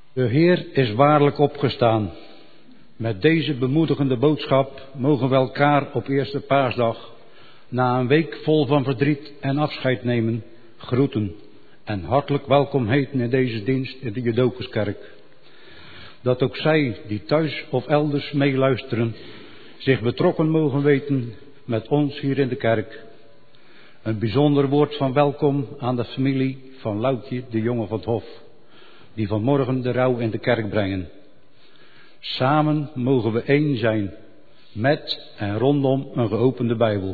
De Heer is waarlijk opgestaan. Met deze bemoedigende boodschap mogen we elkaar op eerste paasdag, na een week vol van verdriet en afscheid nemen, groeten en hartelijk welkom heten in deze dienst in de Judocuskerk. Dat ook zij, die thuis of elders meeluisteren, zich betrokken mogen weten met ons hier in de kerk. Een bijzonder woord van welkom aan de familie van Loutje de Jonge van het Hof, die vanmorgen de rouw in de kerk brengen. Samen mogen we één zijn, met en rondom een geopende Bijbel.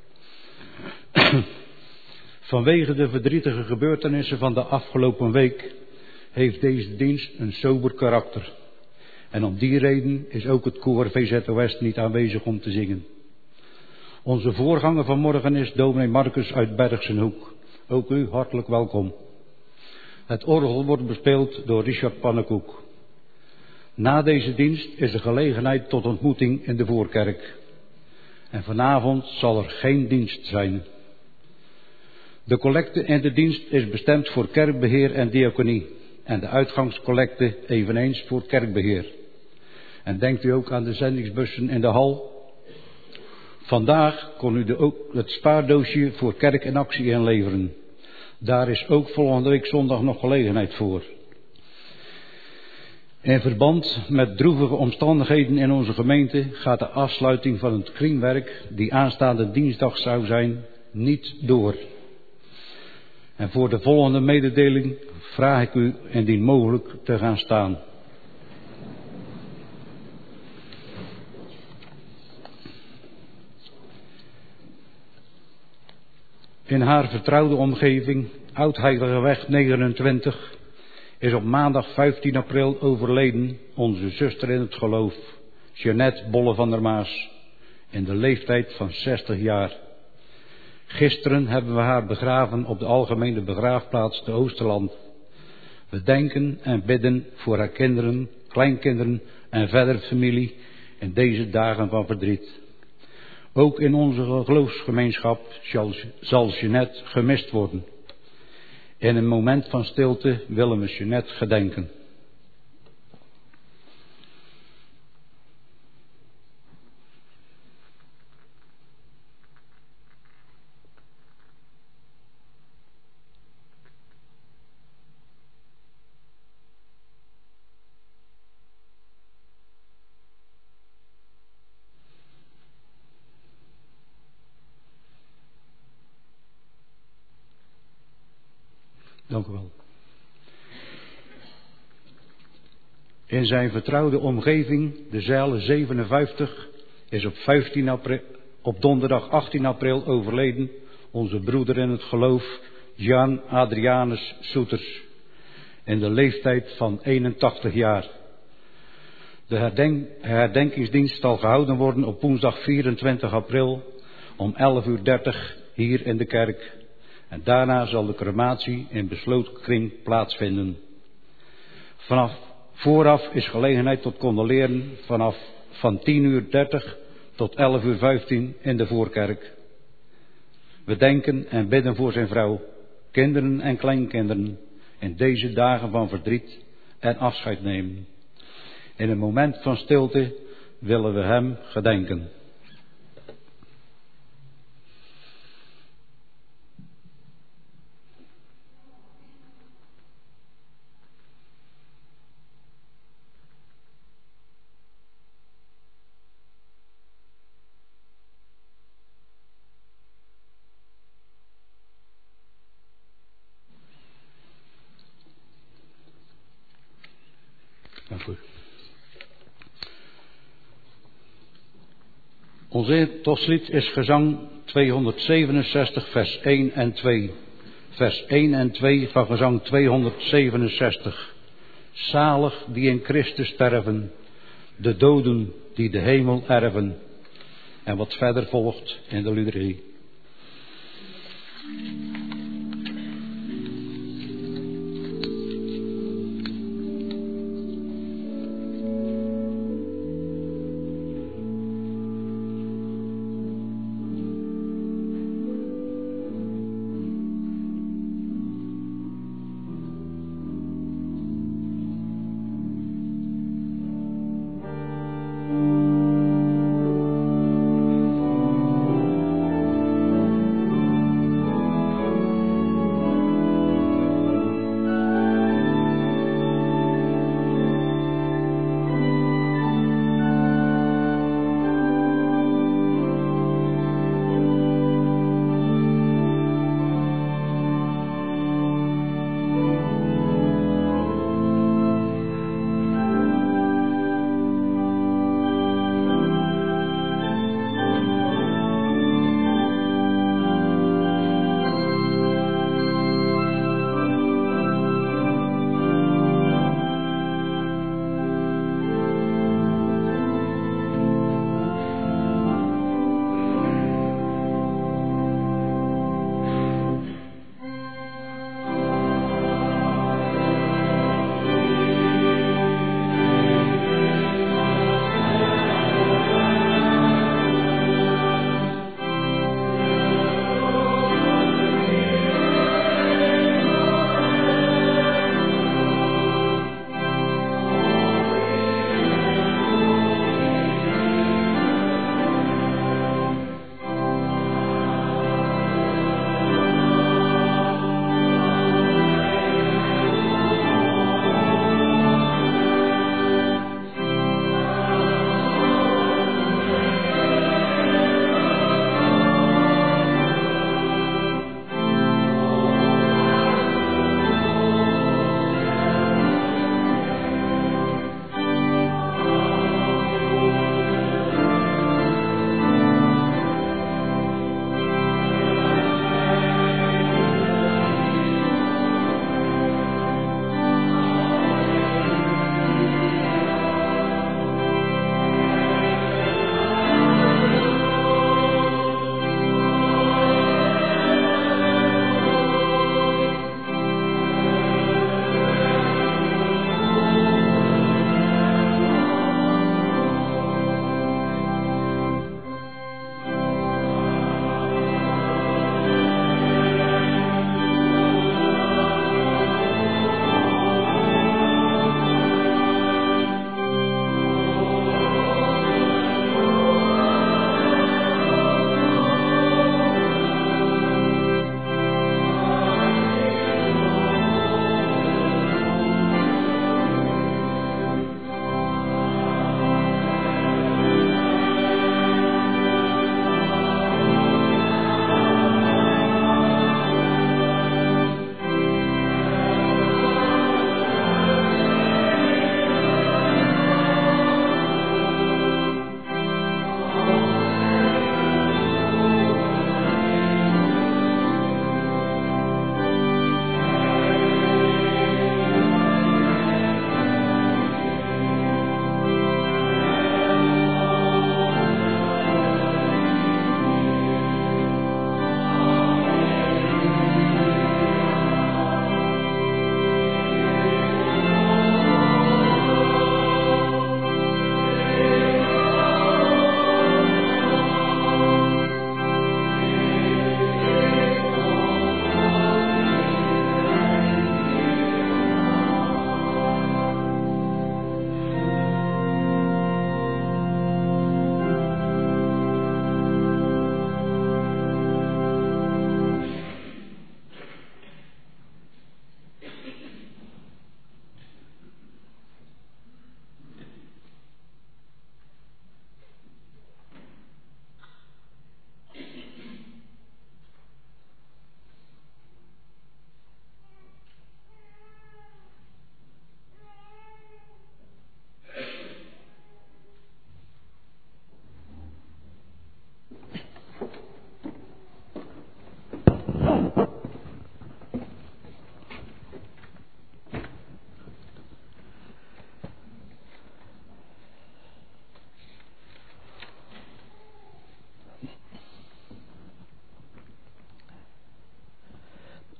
Vanwege de verdrietige gebeurtenissen van de afgelopen week heeft deze dienst een sober karakter. En om die reden is ook het koor VZOS niet aanwezig om te zingen. Onze voorganger vanmorgen is dominee Marcus uit Bergsenhoek. Ook u hartelijk welkom. Het orgel wordt bespeeld door Richard Pannekoek. Na deze dienst is er gelegenheid tot ontmoeting in de voorkerk. En vanavond zal er geen dienst zijn. De collecte in de dienst is bestemd voor kerkbeheer en diaconie. En de uitgangscollecte eveneens voor kerkbeheer. En denkt u ook aan de zendingsbussen in de hal? Vandaag kon u ook het spaardoosje voor kerk en actie inleveren. Daar is ook volgende week zondag nog gelegenheid voor. In verband met droevige omstandigheden in onze gemeente gaat de afsluiting van het kringwerk, die aanstaande dinsdag zou zijn, niet door. En voor de volgende mededeling vraag ik u indien mogelijk te gaan staan. In haar vertrouwde omgeving, Oud-Heiligeweg 29, is op maandag 15 april overleden onze zuster in het geloof, Jeanette Bolle van der Maas, in de leeftijd van 60 jaar. Gisteren hebben we haar begraven op de algemene begraafplaats te Oosterland. We denken en bidden voor haar kinderen, kleinkinderen en verdere familie in deze dagen van verdriet. Ook in onze geloofsgemeenschap zal Jeanette gemist worden. In een moment van stilte willen we Jeanette gedenken. Dank u wel. In zijn vertrouwde omgeving, de Zijle 57, is op donderdag 18 april overleden onze broeder in het geloof, Jan Adrianus Soeters, in de leeftijd van 81 jaar. De herdenkingsdienst zal gehouden worden op woensdag 24 april om 11:30 hier in de kerk. En daarna zal de crematie in besloten kring plaatsvinden. Vooraf is gelegenheid tot condoleren van 10:30 tot 11:15 in de voorkerk. We denken en bidden voor zijn vrouw, kinderen en kleinkinderen in deze dagen van verdriet en afscheid nemen. In een moment van stilte willen we hem gedenken. Dank u. Ons intochtlied is gezang 267 vers 1 en 2. Vers 1 en 2 van gezang 267. Zalig die in Christus sterven, de doden die de hemel erven. En wat verder volgt in de liturgie.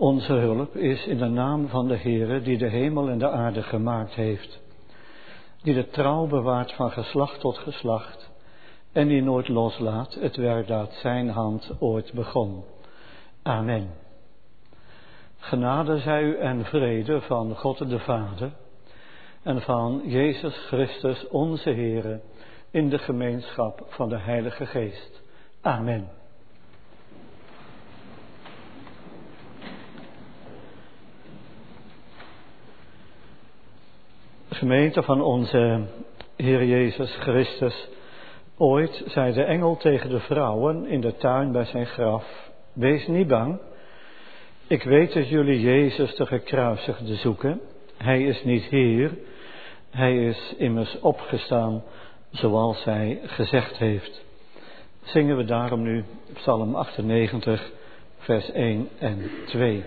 Onze hulp is in de naam van de Heere die de hemel en de aarde gemaakt heeft, die de trouw bewaart van geslacht tot geslacht en die nooit loslaat het werk dat zijn hand ooit begon. Amen. Genade zij u en vrede van God de Vader en van Jezus Christus onze Heere in de gemeenschap van de Heilige Geest. Amen. Gemeente van onze Heer Jezus Christus, ooit zei de engel tegen de vrouwen in de tuin bij zijn graf: wees niet bang, ik weet dat jullie Jezus de gekruisigde zoeken. Hij is niet hier, hij is immers opgestaan zoals hij gezegd heeft. Zingen we daarom nu Psalm 98, vers 1 en 2.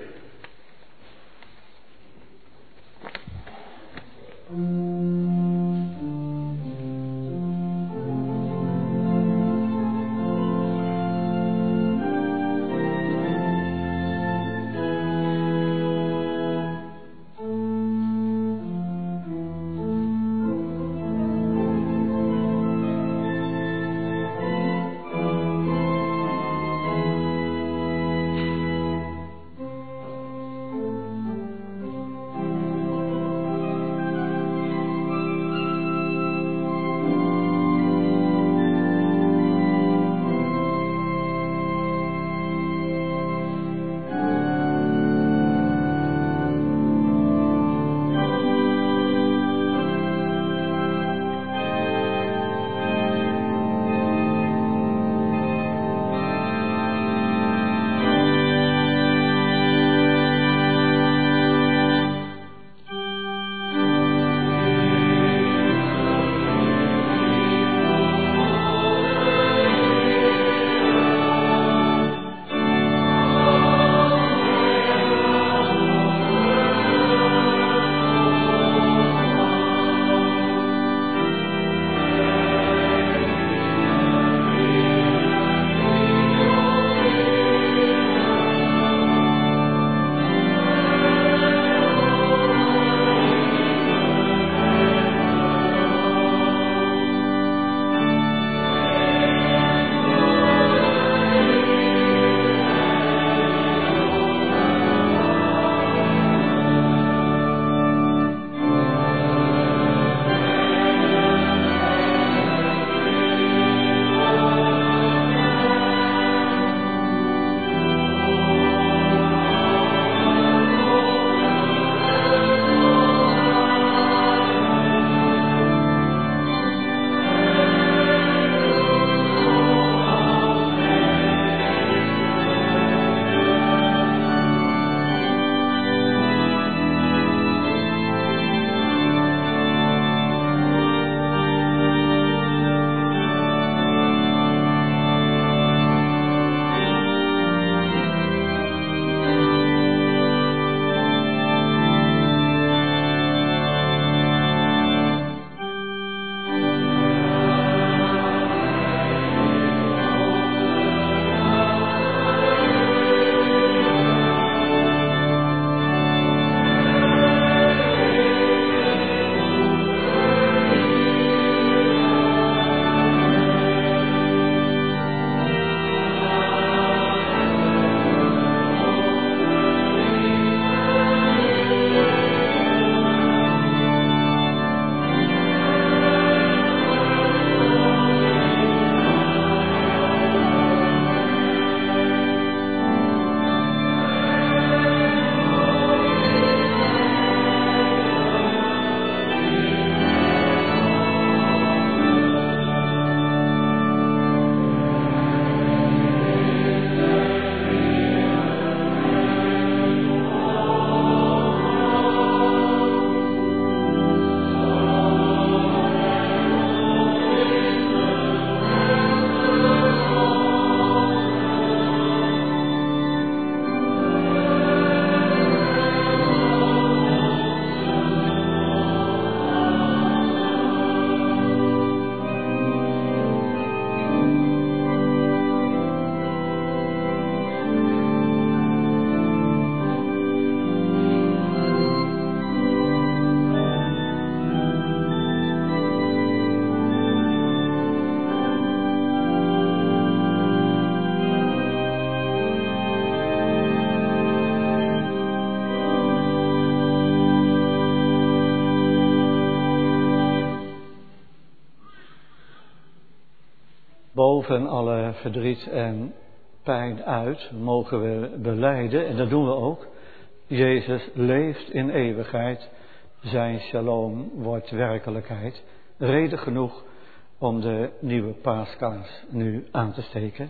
Boven alle verdriet en pijn uit mogen we belijden, en dat doen we ook. Jezus leeft in eeuwigheid, zijn shalom wordt werkelijkheid. Reden genoeg om de nieuwe paaskaars nu aan te steken.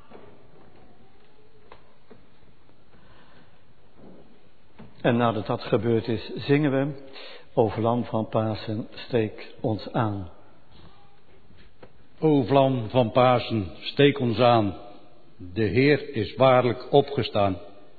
En nadat dat gebeurd is, zingen we: O vlam van Pasen, steek ons aan. O vlam van Pasen, steek ons aan. De Heer is waarlijk opgestaan.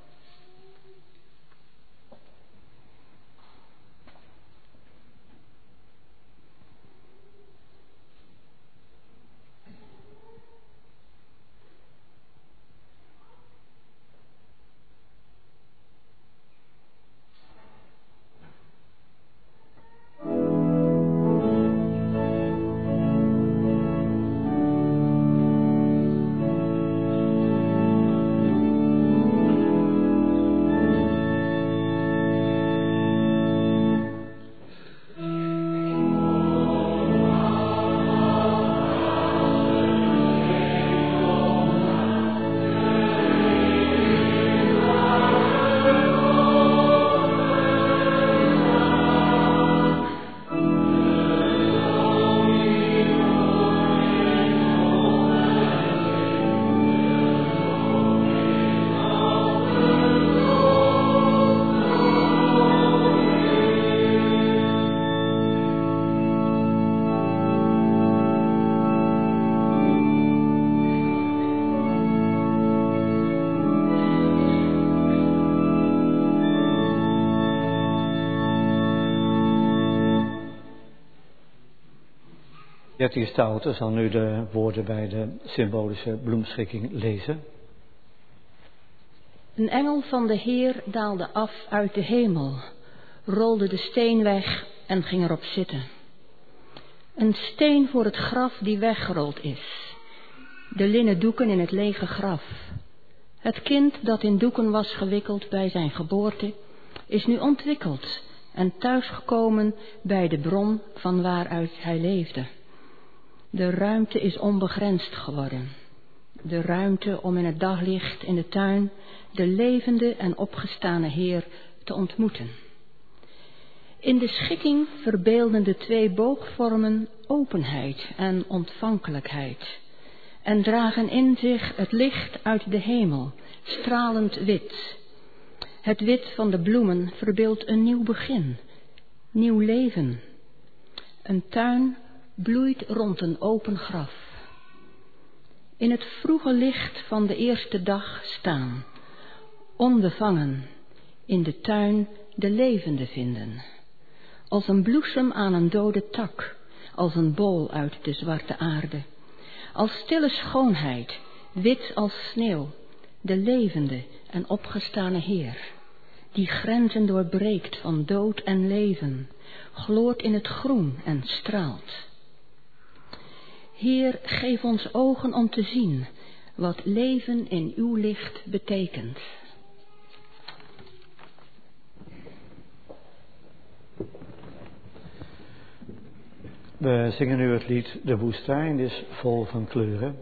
Gertie Stoute zal nu de woorden bij de symbolische bloemschikking lezen. Een engel van de Heer daalde af uit de hemel, rolde de steen weg en ging erop zitten. Een steen voor het graf die weggerold is. De linnen doeken in het lege graf. Het kind dat in doeken was gewikkeld bij zijn geboorte, is nu ontwikkeld en thuisgekomen bij de bron van waaruit hij leefde. De ruimte is onbegrensd geworden. De ruimte om in het daglicht in de tuin de levende en opgestane Heer te ontmoeten. In de schikking verbeelden de twee boogvormen openheid en ontvankelijkheid en dragen in zich het licht uit de hemel, stralend wit. Het wit van de bloemen verbeeldt een nieuw begin, nieuw leven. Een tuin bloeit rond een open graf. In het vroege licht van de eerste dag staan, onbevangen, in de tuin de levende vinden. Als een bloesem aan een dode tak, als een bol uit de zwarte aarde. Als stille schoonheid, wit als sneeuw, de levende en opgestane Heer, die grenzen doorbreekt van dood en leven, gloort in het groen en straalt. Heer, geef ons ogen om te zien wat leven in uw licht betekent. We zingen nu het lied De woestijn is vol van kleuren.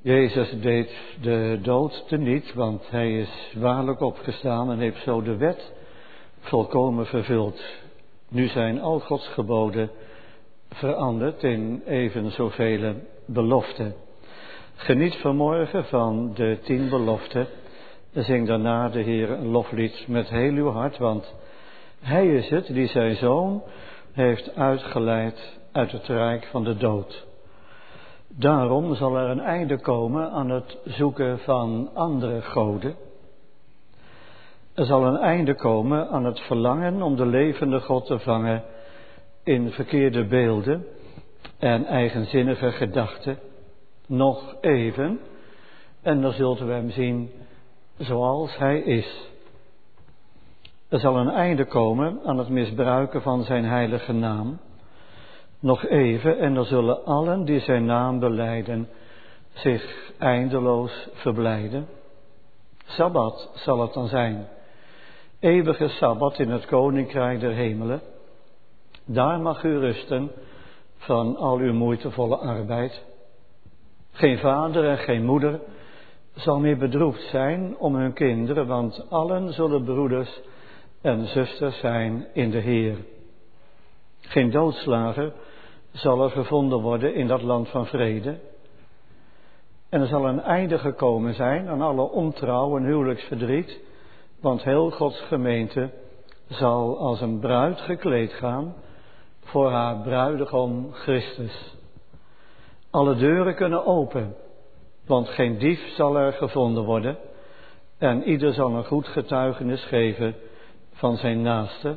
Jezus deed de dood teniet, want hij is waarlijk opgestaan en heeft zo de wet volkomen vervuld. Nu zijn al Gods geboden veranderd in even zoveel beloften. Geniet vanmorgen van de 10 beloften. Zing daarna de Heer een loflied met heel uw hart, want Hij is het die zijn Zoon heeft uitgeleid uit het rijk van de dood. Daarom zal er een einde komen aan het zoeken van andere goden. Er zal een einde komen aan het verlangen om de levende God te vangen in verkeerde beelden en eigenzinnige gedachten. Nog even, en dan zult u hem zien zoals hij is. Er zal een einde komen aan het misbruiken van zijn heilige naam. Nog even, en dan zullen allen die zijn naam belijden zich eindeloos verblijden. Sabbat zal het dan zijn. Eeuwige Sabbat in het koninkrijk der hemelen. Daar mag u rusten van al uw moeitevolle arbeid. Geen vader en geen moeder zal meer bedroefd zijn om hun kinderen, want allen zullen broeders en zusters zijn in de Heer. Geen doodslager zal er gevonden worden in dat land van vrede. En er zal een einde gekomen zijn aan alle ontrouw en huwelijksverdriet, want heel Gods gemeente zal als een bruid gekleed gaan voor haar bruidegom Christus. Alle deuren kunnen open, want geen dief zal er gevonden worden en ieder zal een goed getuigenis geven van zijn naaste.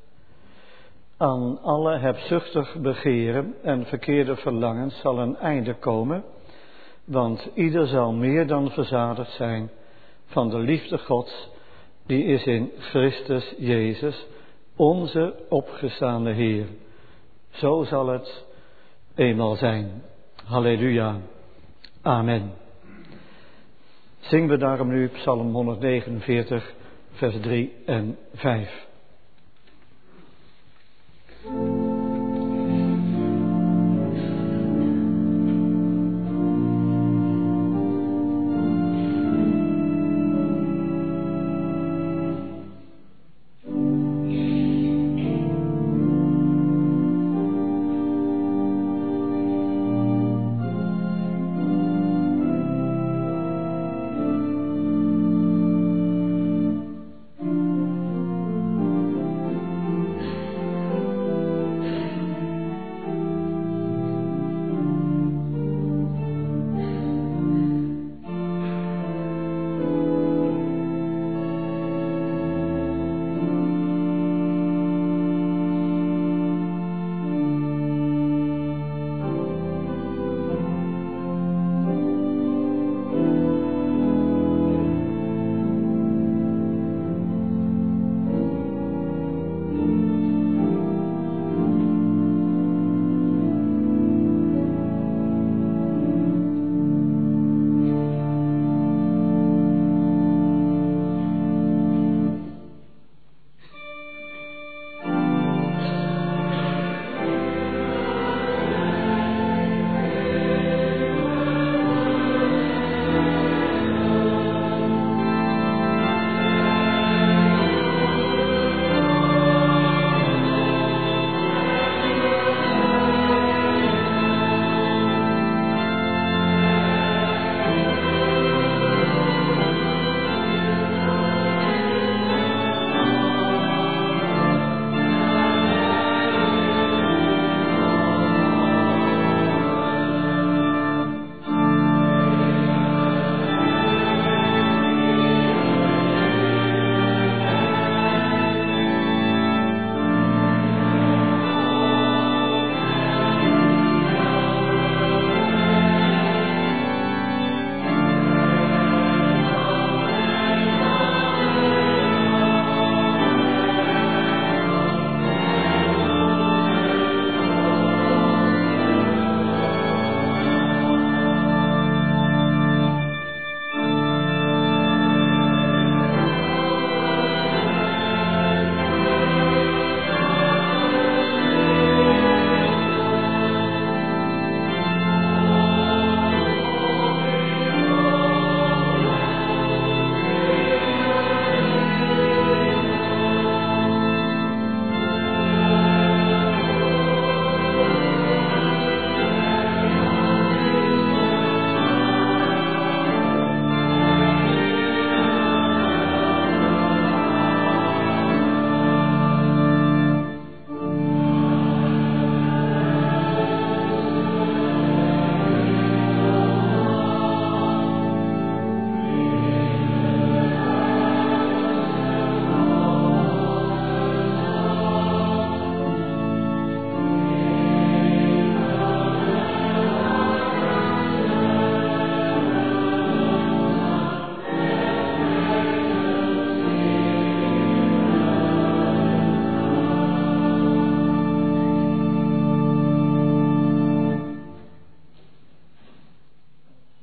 Aan alle hebzuchtig begeren en verkeerde verlangens zal een einde komen, want ieder zal meer dan verzadigd zijn van de liefde Gods, die is in Christus Jezus, onze opgestaande Heer. Zo zal het eenmaal zijn. Halleluja. Amen. Zingen we daarom nu Psalm 149, vers 3 en 5.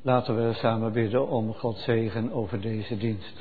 Laten we samen bidden om Gods zegen over deze dienst.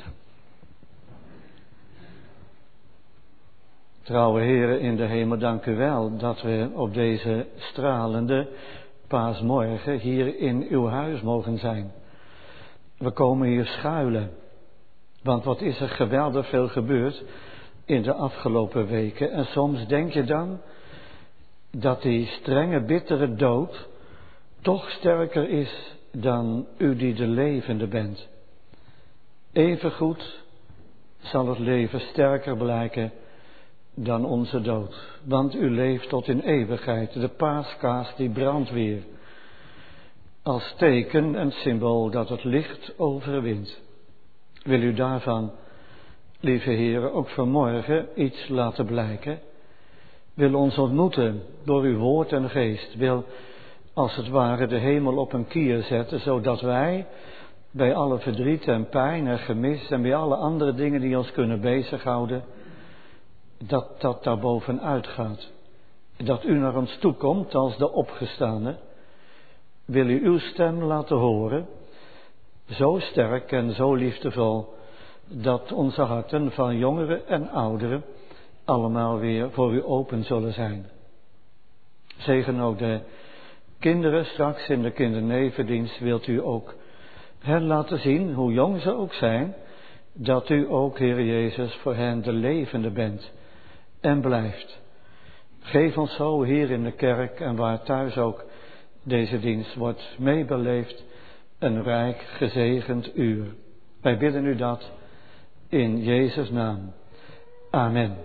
Trouwe Heere in de hemel, dank u wel dat we op deze stralende paasmorgen hier in uw huis mogen zijn. We komen hier schuilen, want wat is er geweldig veel gebeurd in de afgelopen weken. En soms denk je dan dat die strenge, bittere dood toch sterker is dan u die de levende bent. Evengoed zal het leven sterker blijken dan onze dood. Want u leeft tot in eeuwigheid. De paaskaas die brandt weer. Als teken en symbool dat het licht overwint. Wil u daarvan, lieve heren, ook vanmorgen iets laten blijken? Wil ons ontmoeten door uw woord en geest. Wil als het ware de hemel op een kier zetten, zodat wij bij alle verdriet en pijn en gemis en bij alle andere dingen die ons kunnen bezighouden, dat daar bovenuit gaat. Dat u naar ons toe komt als de opgestane. Wil u uw stem laten horen, zo sterk en zo liefdevol, dat onze harten van jongeren en ouderen allemaal weer voor u open zullen zijn. Zegen ook de kinderen straks in de kindernevendienst, wilt u ook hen laten zien, hoe jong ze ook zijn, dat u ook, Heer Jezus, voor hen de levende bent en blijft. Geef ons zo hier in de kerk en waar thuis ook deze dienst wordt meebeleefd, een rijk gezegend uur. Wij bidden u dat in Jezus' naam. Amen.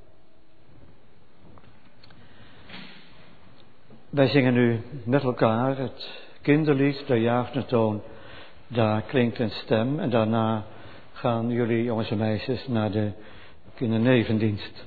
Wij zingen nu met elkaar het kinderlied, de juichende toon. Daar klinkt een stem en daarna gaan jullie jongens en meisjes naar de kindernevendienst.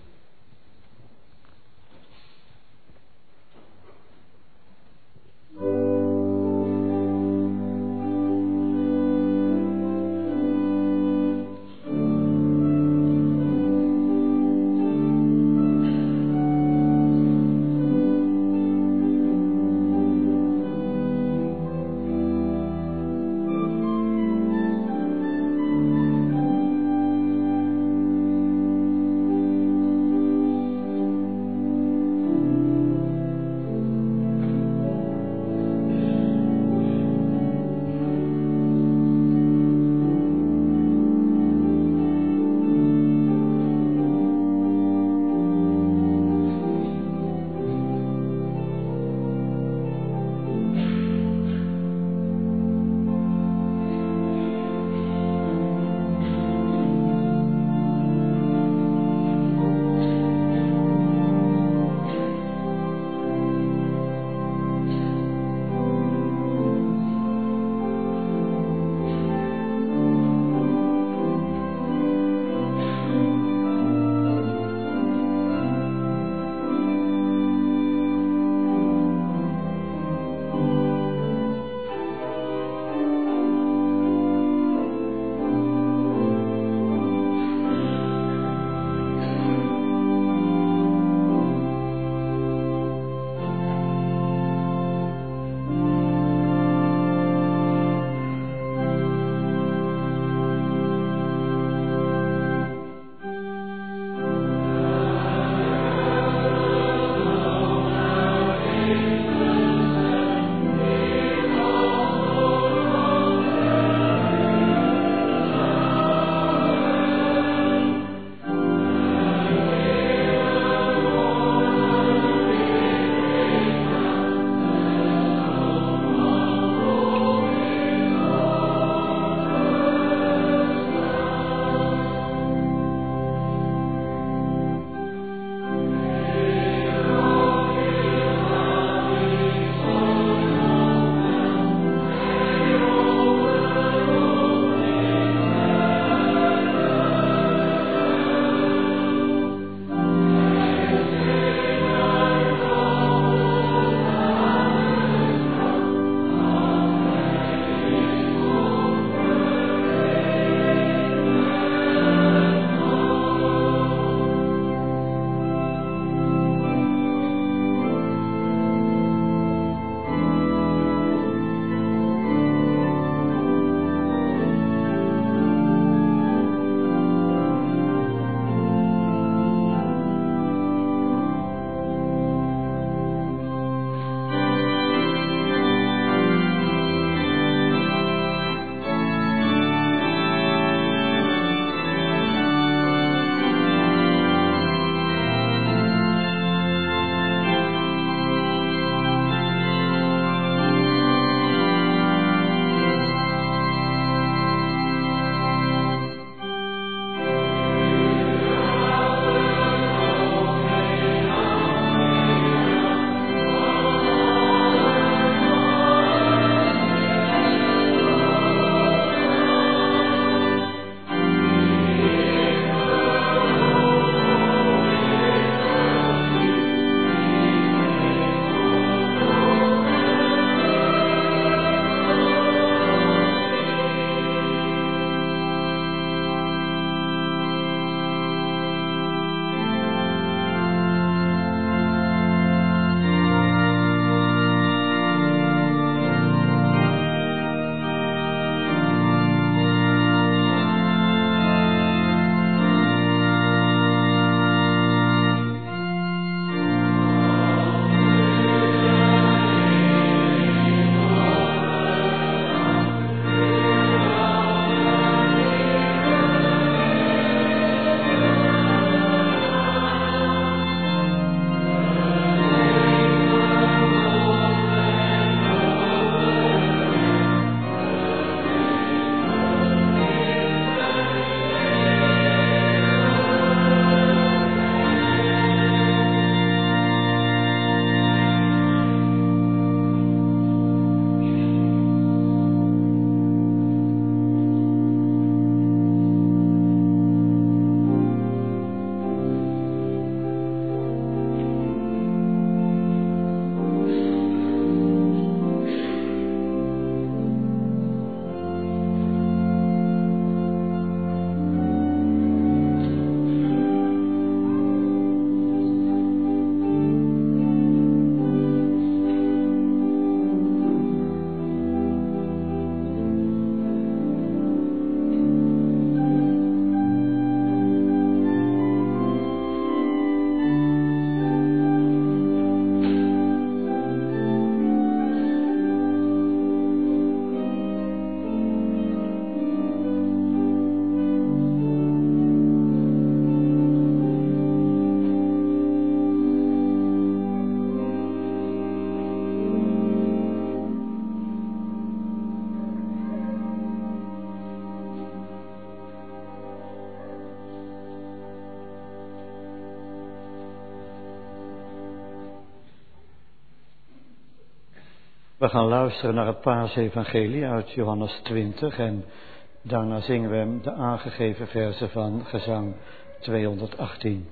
We gaan luisteren naar het Paasevangelie uit Johannes 20 en daarna zingen we de aangegeven verzen van gezang 218.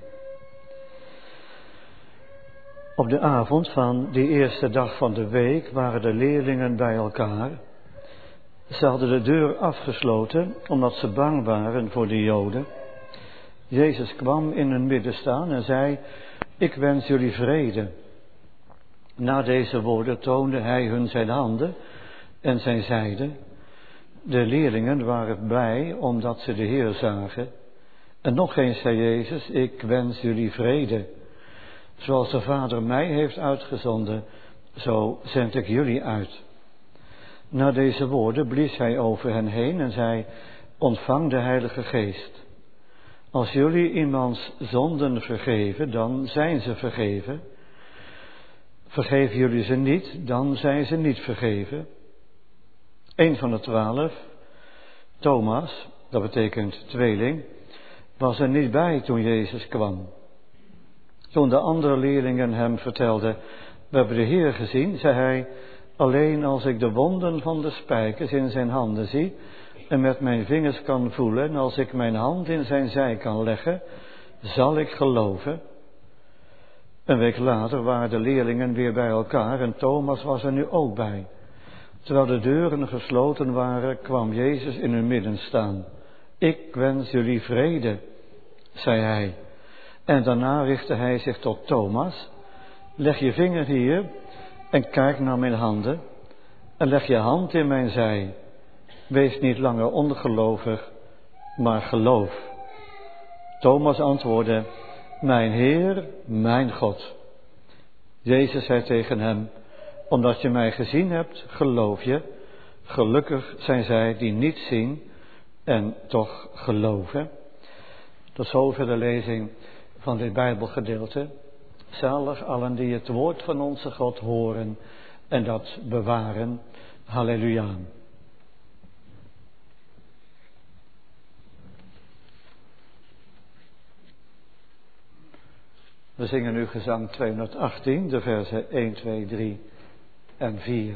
Op de avond van die eerste dag van de week waren de leerlingen bij elkaar. Ze hadden de deur afgesloten omdat ze bang waren voor de Joden. Jezus kwam in hun midden staan en zei: ik wens jullie vrede. Na deze woorden toonde hij hun zijn handen en zijn zijde. De leerlingen waren blij omdat ze de Heer zagen. En nog eens zei Jezus: ik wens jullie vrede. Zoals de Vader mij heeft uitgezonden, zo zend ik jullie uit. Na deze woorden blies hij over hen heen en zei: ontvang de Heilige Geest. Als jullie iemands zonden vergeven, dan zijn ze vergeven. Vergeven jullie ze niet, dan zijn ze niet vergeven. Een van de 12, Thomas, dat betekent tweeling, was er niet bij toen Jezus kwam. Toen de andere leerlingen hem vertelden: we hebben de Heer gezien, zei hij: alleen als ik de wonden van de spijkers in zijn handen zie en met mijn vingers kan voelen en als ik mijn hand in zijn zij kan leggen, zal ik geloven. Een week later waren de leerlingen weer bij elkaar en Thomas was er nu ook bij. Terwijl de deuren gesloten waren, kwam Jezus in hun midden staan. Ik wens jullie vrede, zei hij. En daarna richtte hij zich tot Thomas: leg je vinger hier en kijk naar mijn handen en leg je hand in mijn zij. Wees niet langer ongelovig, maar geloof. Thomas antwoordde: mijn Heer, mijn God. Jezus zei tegen hem: omdat je mij gezien hebt, geloof je. Gelukkig zijn zij die niet zien en toch geloven. Tot zover de lezing van dit Bijbelgedeelte. Zalig allen die het woord van onze God horen en dat bewaren. Halleluja. We zingen nu gezang 218, de versen 1, 2, 3 en 4.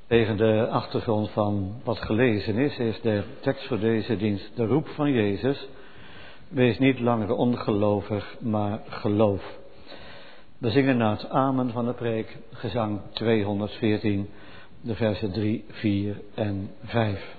Tegen de achtergrond van wat gelezen is de tekst voor deze dienst de roep van Jezus. Wees niet langer ongelovig, maar geloof. We zingen na het amen van de preek, gezang 214, de versen 3, 4 en 5.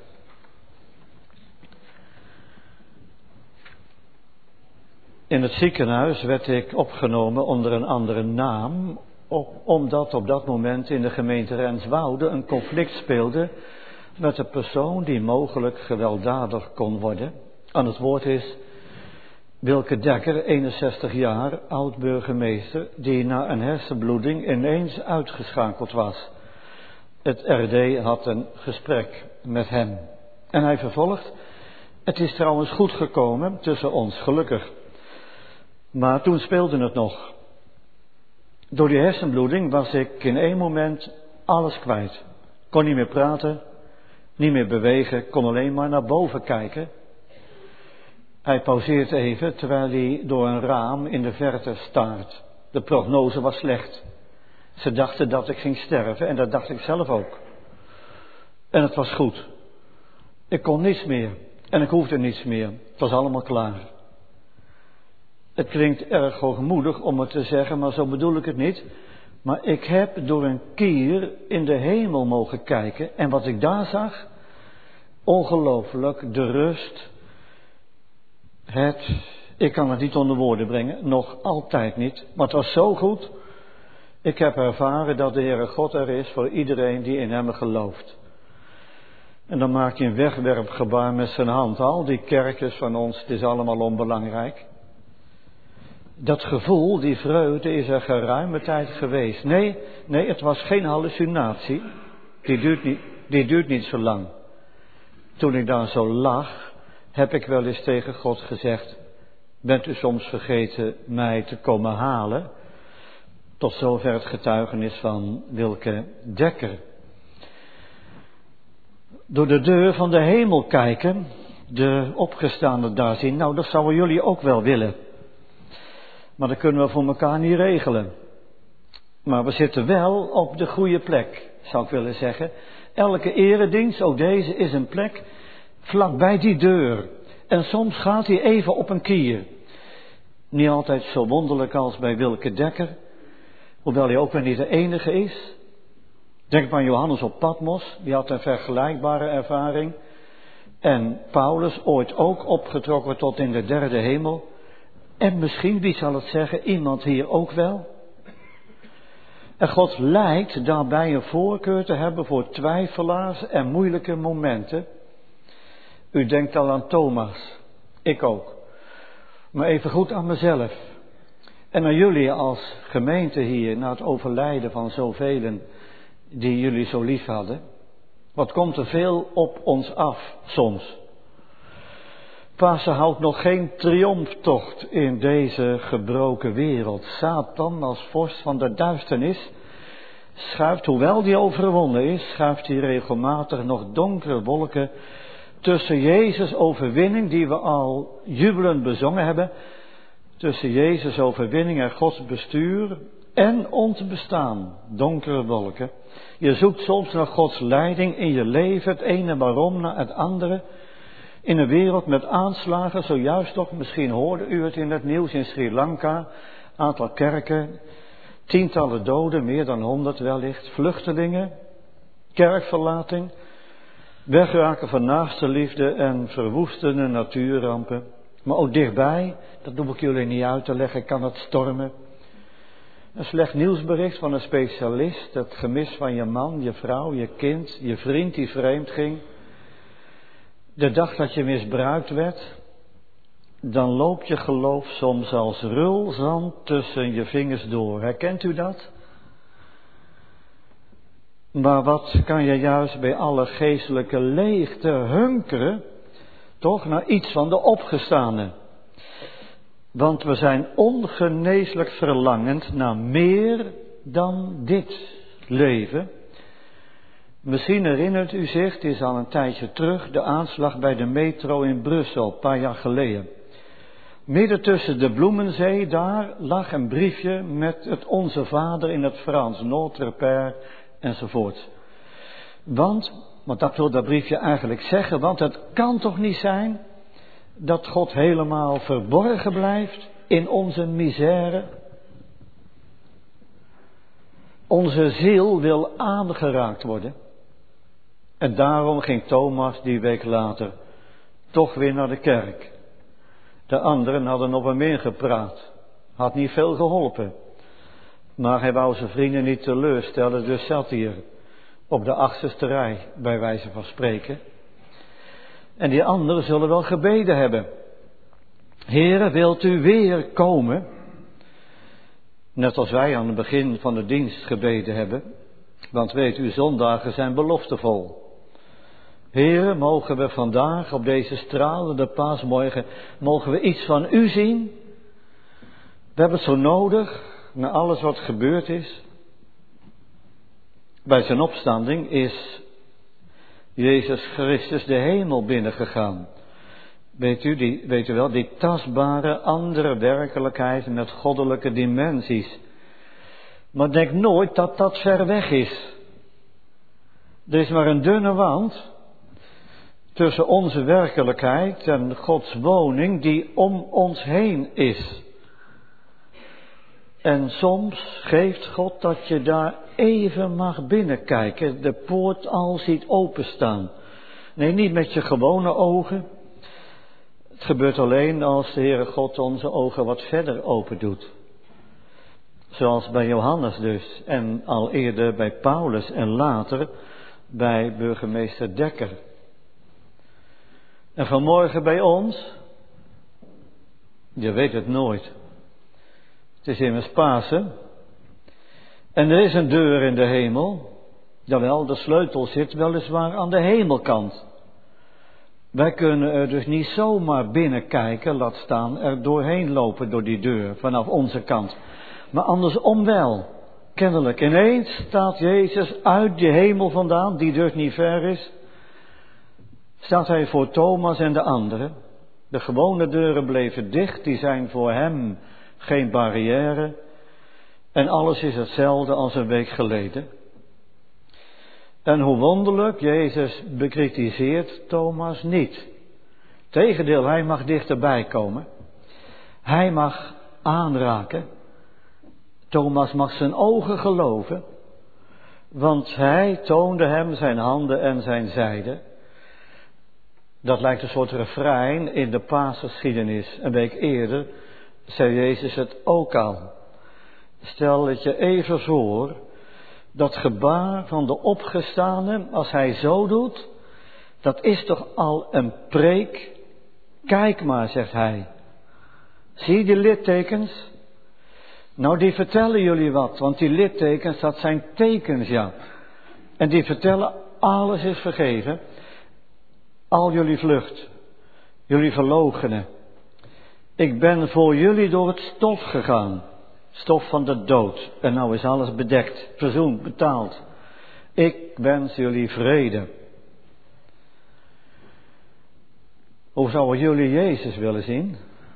In het ziekenhuis werd ik opgenomen onder een andere naam, omdat op dat moment in de gemeente Renswoude een conflict speelde met een persoon die mogelijk gewelddadig kon worden. Aan het woord is Wilke Dekker, 61 jaar, oud-burgemeester, die na een hersenbloeding ineens uitgeschakeld was. Het RD had een gesprek met hem. En hij vervolgt: het is trouwens goed gekomen tussen ons, gelukkig. Maar toen speelde het nog. Door die hersenbloeding was ik in één moment alles kwijt. Kon niet meer praten, niet meer bewegen, kon alleen maar naar boven kijken. Hij pauzeert even terwijl hij door een raam in de verte staart. De prognose was slecht. Ze dachten dat ik ging sterven en dat dacht ik zelf ook. En het was goed. Ik kon niets meer en ik hoefde niets meer. Het was allemaal klaar. Het klinkt erg hoogmoedig om het te zeggen, maar zo bedoel ik het niet. Maar ik heb door een kier in de hemel mogen kijken. En wat ik daar zag, ongelooflijk, de rust. Ik kan het niet onder woorden brengen, nog altijd niet. Maar het was zo goed. Ik heb ervaren dat de Heere God er is voor iedereen die in hem gelooft. En dan maakt hij een wegwerpgebaar met zijn hand. Al die kerkjes van ons, het is allemaal onbelangrijk. Dat gevoel, die vreugde, is er geruime tijd geweest. Nee, het was geen hallucinatie. Die duurt niet zo lang. Toen ik daar zo lag, heb ik wel eens tegen God gezegd: bent u soms vergeten mij te komen halen? Tot zover het getuigenis van Wilke Dekker. Door de deur van de hemel kijken, de opgestaande daar zien, nou dat zouden jullie ook wel willen. Maar dat kunnen we voor elkaar niet regelen. Maar we zitten wel op de goede plek, zou ik willen zeggen. Elke eredienst, ook deze, is een plek vlakbij die deur. En soms gaat hij even op een kier. Niet altijd zo wonderlijk als bij Wilke Dekker. Hoewel hij ook weer niet de enige is. Denk maar aan Johannes op Patmos, die had een vergelijkbare ervaring. En Paulus, ooit ook opgetrokken tot in de derde hemel. En misschien, wie zal het zeggen, iemand hier ook wel. En God lijkt daarbij een voorkeur te hebben voor twijfelaars en moeilijke momenten. U denkt al aan Thomas, ik ook. Maar even goed aan mezelf. En aan jullie als gemeente hier, na het overlijden van zoveel die jullie zo lief hadden. Wat komt er veel op ons af soms. Pasen houdt nog geen triomftocht in deze gebroken wereld. Satan als vorst van de duisternis schuift, hoewel die overwonnen is, schuift hij regelmatig nog donkere wolken tussen Jezus' overwinning, die we al jubelend bezongen hebben, tussen Jezus' overwinning en Gods bestuur en ons bestaan, donkere wolken. Je zoekt soms naar Gods leiding in je leven, het ene waarom na het andere. In een wereld met aanslagen, zojuist toch, misschien hoorde u het in het nieuws in Sri Lanka, aantal kerken, tientallen doden, meer dan 100 wellicht, vluchtelingen, kerkverlating, wegraken van naaste liefde en verwoestende natuurrampen. Maar ook dichtbij, dat hoef ik jullie niet uit te leggen, kan het stormen. Een slecht nieuwsbericht van een specialist, het gemis van je man, je vrouw, je kind, je vriend die vreemd ging. De dag dat je misbruikt werd, dan loopt je geloof soms als rulzand tussen je vingers door. Herkent u dat? Maar wat kan je juist bij alle geestelijke leegte hunkeren, toch naar iets van de opgestane. Want we zijn ongeneeslijk verlangend naar meer dan dit leven. Misschien herinnert u zich, het is al een tijdje terug, de aanslag bij de metro in Brussel, een paar jaar geleden. Midden tussen de Bloemenzee, daar lag een briefje met het Onze Vader in het Frans, Notre Père enzovoort. Want dat wil dat briefje eigenlijk zeggen, want het kan toch niet zijn dat God helemaal verborgen blijft in onze misère. Onze ziel wil aangeraakt worden. En daarom ging Thomas die week later toch weer naar de kerk. De anderen hadden op hem ingepraat. Had niet veel geholpen. Maar hij wou zijn vrienden niet teleurstellen, dus zat hij er. Op de achterste rij, bij wijze van spreken. En die anderen zullen wel gebeden hebben. Heere, wilt u weer komen? Net als wij aan het begin van de dienst gebeden hebben. Want weet u, zondagen zijn beloftevol. Heere, mogen we vandaag op deze stralende paasmorgen, mogen we iets van u zien? We hebben het zo nodig, na alles wat gebeurd is. Bij zijn opstanding is Jezus Christus de hemel binnengegaan. Weet u wel, die tastbare andere werkelijkheid met goddelijke dimensies. Maar denk nooit dat dat ver weg is. Er is maar een dunne wand tussen onze werkelijkheid en Gods woning die om ons heen is. En soms geeft God dat je daar even mag binnenkijken, de poort al ziet openstaan. Nee, niet met je gewone ogen. Het gebeurt alleen als de Heere God onze ogen wat verder open doet. Zoals bij Johannes dus, en al eerder bij Paulus en later bij burgemeester Dekker. En vanmorgen bij ons, je weet het nooit. Het is immers Pasen. En er is een deur in de hemel. Jawel, de sleutel zit weliswaar aan de hemelkant. Wij kunnen er dus niet zomaar binnenkijken, laat staan er doorheen lopen door die deur vanaf onze kant. Maar andersom wel. Kennelijk ineens staat Jezus uit de hemel vandaan, die dus niet ver is. Staat hij voor Thomas en de anderen. De gewone deuren bleven dicht, die zijn voor hem geen barrière. En alles is hetzelfde als een week geleden. En hoe wonderlijk, Jezus bekritiseert Thomas niet. Tegendeel, hij mag dichterbij komen. Hij mag aanraken. Thomas mag zijn ogen geloven. Want hij toonde hem zijn handen en zijn zijde. Dat lijkt een soort refrein in de paasgeschiedenis. Een week eerder zei Jezus het ook al. Stel het je even voor, dat gebaar van de opgestane, als hij zo doet, dat is toch al een preek? Kijk maar, zegt hij. Zie je die littekens? Nou, die vertellen jullie wat, want die littekens, dat zijn tekens, ja. En die vertellen, alles is vergeven. Al jullie vlucht, jullie verloochenen. Ik ben voor jullie door het stof gegaan. Stof van de dood. En nou is alles bedekt, verzoend, betaald. Ik wens jullie vrede. Hoe zouden jullie Jezus willen zien?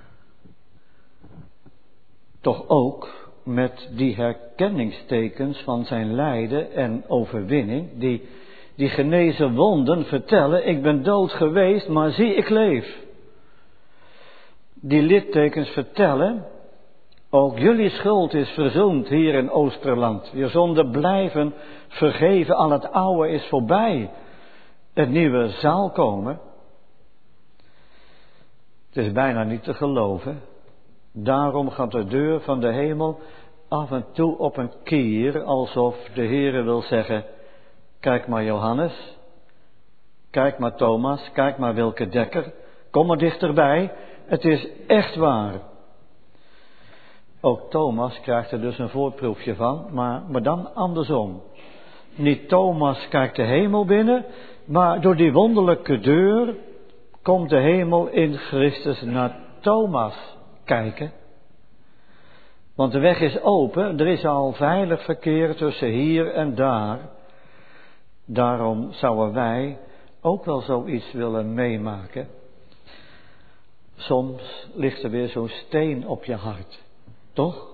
Toch ook met die herkenningstekens van zijn lijden en overwinning. Die genezen wonden vertellen, ik ben dood geweest, maar zie, ik leef. Die littekens vertellen, ook jullie schuld is verzoend hier in Oosterland. Je zonden blijven vergeven, al het oude is voorbij. Het nieuwe zal komen. Het is bijna niet te geloven. Daarom gaat de deur van de hemel af en toe op een kier, alsof de Heere wil zeggen, kijk maar Johannes, kijk maar Thomas, kijk maar Wilke Dekker, kom maar dichterbij, het is echt waar. Ook Thomas krijgt er dus een voorproefje van, maar dan andersom. Niet Thomas kijkt de hemel binnen, maar door die wonderlijke deur komt de hemel in Christus naar Thomas kijken. Want de weg is open, er is al veilig verkeer tussen hier en daar. Daarom zouden wij ook wel zoiets willen meemaken. Soms ligt er weer zo'n steen op je hart, toch?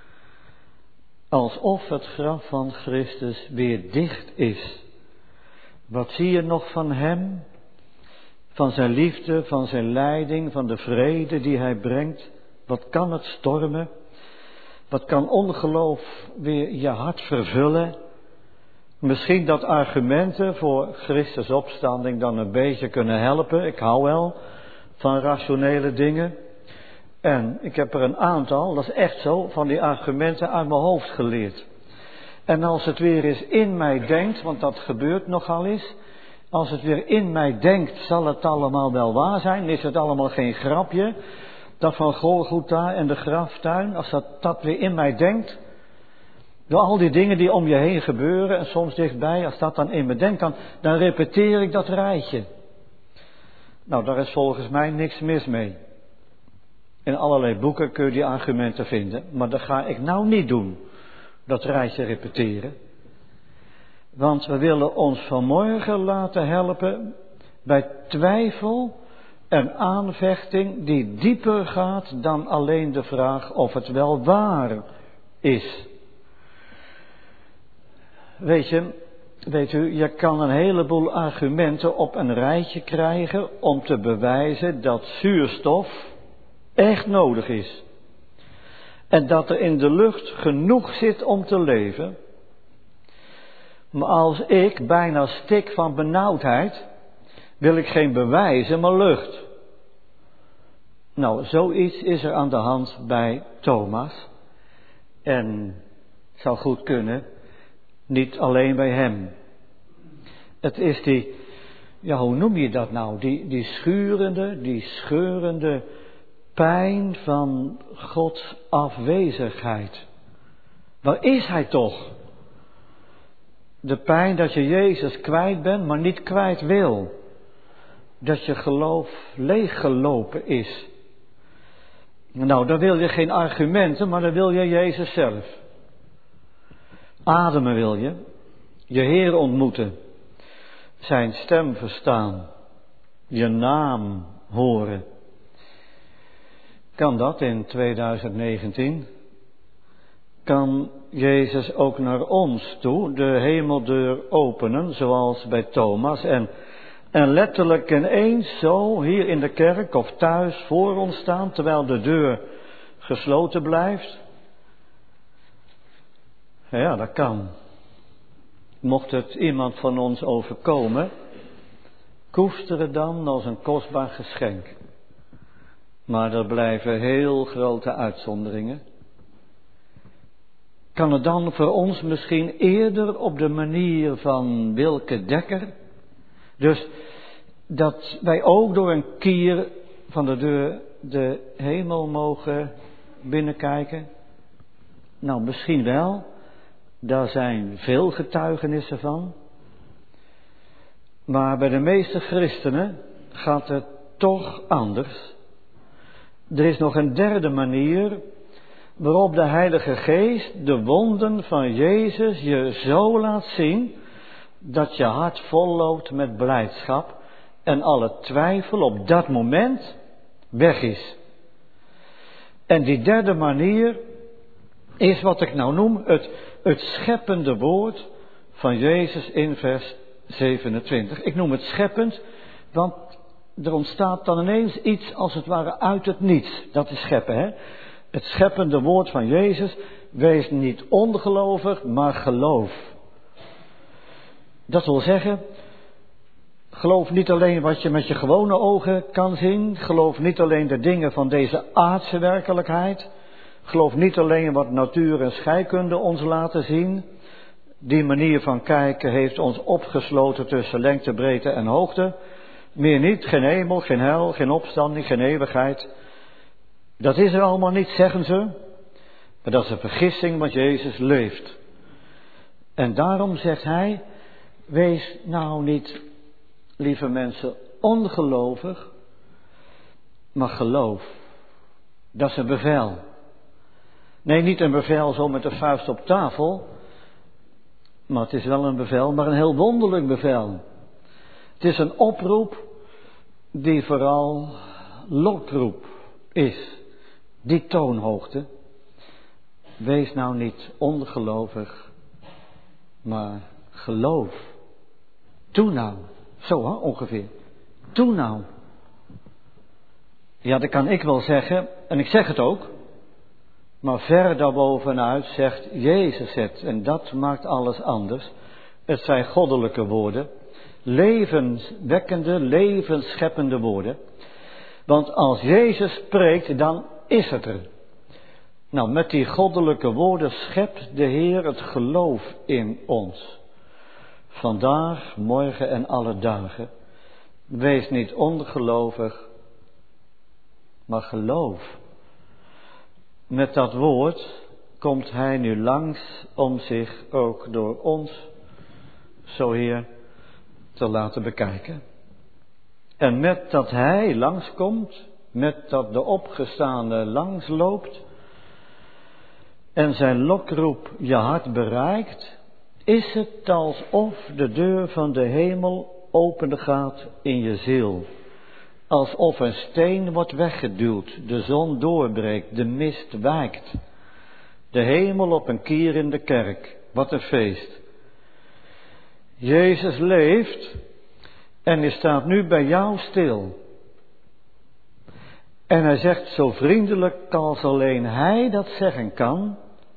Alsof het graf van Christus weer dicht is. Wat zie je nog van hem? Van zijn liefde, van zijn leiding, van de vrede die hij brengt. Wat kan het stormen? Wat kan ongeloof weer je hart vervullen? Misschien dat argumenten voor Christus opstanding dan een beetje kunnen helpen. Ik hou wel van rationele dingen. En ik heb er een aantal, dat is echt zo, van die argumenten uit mijn hoofd geleerd. En als het weer eens in mij denkt, want dat gebeurt nogal eens. Als het weer in mij denkt, zal het allemaal wel waar zijn. Is het allemaal geen grapje? Dat van Golgotha en de graftuin, als dat weer in mij denkt. Door al die dingen die om je heen gebeuren en soms dichtbij, als dat dan in me denkt, dan repeteer ik dat rijtje. Nou, daar is volgens mij niks mis mee. In allerlei boeken kun je die argumenten vinden, maar dat ga ik nou niet doen, dat rijtje repeteren. Want we willen ons vanmorgen laten helpen bij twijfel en aanvechting die dieper gaat dan alleen de vraag of het wel waar is. Weet u, je kan een heleboel argumenten op een rijtje krijgen om te bewijzen dat zuurstof echt nodig is. En dat er in de lucht genoeg zit om te leven. Maar als ik bijna stik van benauwdheid, wil ik geen bewijzen, maar lucht. Nou, zoiets is er aan de hand bij Thomas. En het zou goed kunnen, niet alleen bij hem. Het is hoe noem je dat nou? Die scheurende pijn van Gods afwezigheid. Waar is hij toch? De pijn dat je Jezus kwijt bent, maar niet kwijt wil. Dat je geloof leeggelopen is. Nou, dan wil je geen argumenten, maar dan wil je Jezus zelf. Ademen wil je. Je Heer ontmoeten. Zijn stem verstaan. Je naam horen. Kan dat in 2019? Kan Jezus ook naar ons toe de hemeldeur openen, zoals bij Thomas, en letterlijk ineens zo hier in de kerk of thuis voor ons staan, terwijl de deur gesloten blijft? Ja, dat kan. Mocht het iemand van ons overkomen, koester het dan als een kostbaar geschenk. Maar er blijven heel grote uitzonderingen. Kan het dan voor ons misschien eerder op de manier van Wilke Dekker? Dus dat wij ook door een kier van de deur de hemel mogen binnenkijken? Nou, misschien wel. Daar zijn veel getuigenissen van. Maar bij de meeste christenen gaat het toch anders. Er is nog een derde manier waarop de Heilige Geest de wonden van Jezus je zo laat zien dat je hart volloopt met blijdschap en alle twijfel op dat moment weg is. En die derde manier is wat ik nou noem het scheppende woord van Jezus in vers 27. Ik noem het scheppend, want er ontstaat dan ineens iets als het ware uit het niets. Dat is scheppen, hè? Het scheppende woord van Jezus, wees niet ongelovig, maar geloof. Dat wil zeggen, geloof niet alleen wat je met je gewone ogen kan zien. Geloof niet alleen de dingen van deze aardse werkelijkheid. Geloof niet alleen wat natuur en scheikunde ons laten zien. Die manier van kijken heeft ons opgesloten tussen lengte, breedte en hoogte. Meer niet, geen hemel, geen hel, geen opstanding, geen eeuwigheid. Dat is er allemaal niet, zeggen ze. Maar dat is een vergissing, want Jezus leeft. En daarom zegt hij, wees nou niet, lieve mensen, ongelovig, maar geloof. Dat is een bevel. Nee, niet een bevel zo met de vuist op tafel, maar het is wel een bevel, maar een heel wonderlijk bevel. Het is een oproep die vooral lokroep is. Die toonhoogte. Wees nou niet ongelovig, maar geloof. Toe nou. Zo ongeveer. Toe nou. Ja, dat kan ik wel zeggen, en ik zeg het ook. Maar ver daarbovenuit zegt Jezus het, en dat maakt alles anders. Het zijn goddelijke woorden, levenswekkende, levensscheppende woorden. Want als Jezus spreekt, dan is het er. Nou, met die goddelijke woorden schept de Heer het geloof in ons. Vandaag, morgen en alle dagen. Wees niet ongelovig, maar geloof. Met dat woord komt Hij nu langs om zich ook door ons, zo Heer, te laten bekijken. En met dat Hij langskomt, met dat de opgestane langsloopt en zijn lokroep je hart bereikt, is het alsof de deur van de hemel open gaat in je ziel. Alsof een steen wordt weggeduwd, de zon doorbreekt, de mist wijkt. De hemel op een kier in de kerk, wat een feest. Jezus leeft en hij staat nu bij jou stil. En hij zegt zo vriendelijk als alleen hij dat zeggen kan: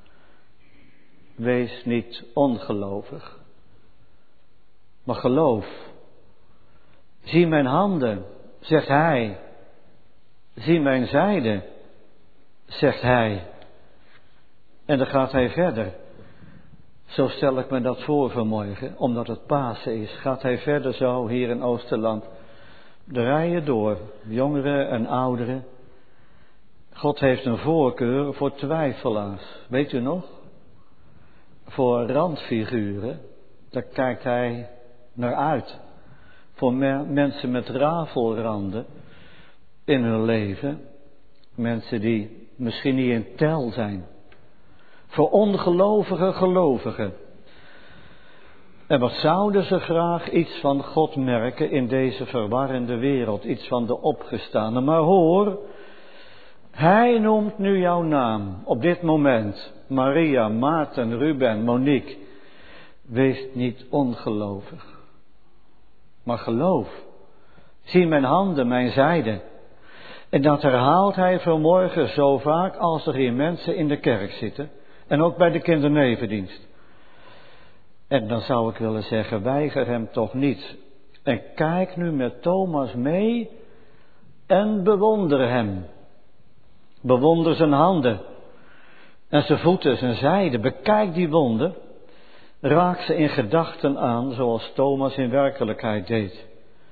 wees niet ongelovig, maar geloof. Zie mijn handen, zegt hij. Zie mijn zijde, zegt hij. En dan gaat hij verder. Zo stel ik me dat voor vanmorgen, omdat het Pasen is. Gaat hij verder zo hier in Oosterland. De rijen door, jongeren en ouderen. God heeft een voorkeur voor twijfelaars. Weet u nog? Voor randfiguren, daar kijkt hij naar uit. Voor mensen met rafelranden in hun leven. Mensen die misschien niet in tel zijn. Voor ongelovige gelovigen. En wat zouden ze graag iets van God merken in deze verwarrende wereld. Iets van de opgestane. Maar hoor, hij noemt nu jouw naam op dit moment. Maria, Maarten, Ruben, Monique. Wees niet ongelovig, maar geloof. Zie mijn handen, mijn zijde. En dat herhaalt hij vanmorgen zo vaak als er hier mensen in de kerk zitten. En ook bij de kindernevendienst. En dan zou ik willen zeggen, weiger hem toch niet. En kijk nu met Thomas mee en bewonder hem. Bewonder zijn handen en zijn voeten, zijn zijde. Bekijk die wonden. Raak ze in gedachten aan zoals Thomas in werkelijkheid deed.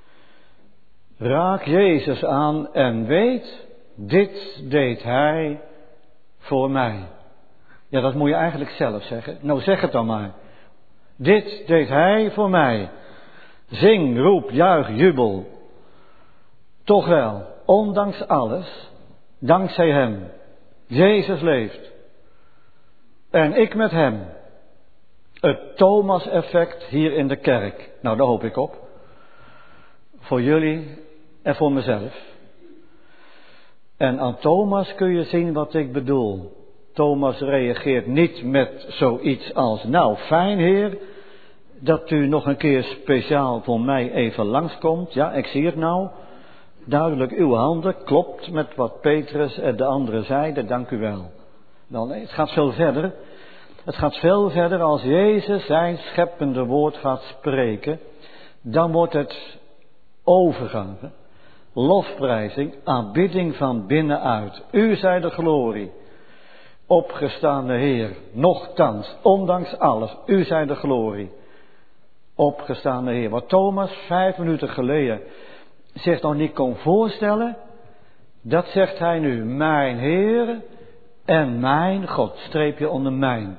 Raak Jezus aan en weet, dit deed hij voor mij. Ja, dat moet je eigenlijk zelf zeggen. Nou, zeg het dan maar. Dit deed hij voor mij. Zing, roep, juich, jubel. Toch wel, ondanks alles, dankzij hem. Jezus leeft. En ik met hem. Het Thomas-effect hier in de kerk. Nou, daar hoop ik op. Voor jullie en voor mezelf. En aan Thomas kun je zien wat ik bedoel. Thomas reageert niet met zoiets als: nou, fijn Heer, dat u nog een keer speciaal voor mij even langskomt. Ja, ik zie het nou. Duidelijk, uw handen klopt met wat Petrus en de anderen zeiden, dank u wel. Wel, nee, het gaat veel verder. Het gaat veel verder als Jezus zijn scheppende woord gaat spreken. Dan wordt het overgave, lofprijzing, aanbidding van binnenuit. U zij de glorie. Opgestaande Heer, nochtans, ondanks alles, u zij de glorie. Opgestaande Heer. Wat Thomas 5 minuten geleden zich nog niet kon voorstellen, dat zegt hij nu. Mijn Heer en mijn God, streepje onder mijn.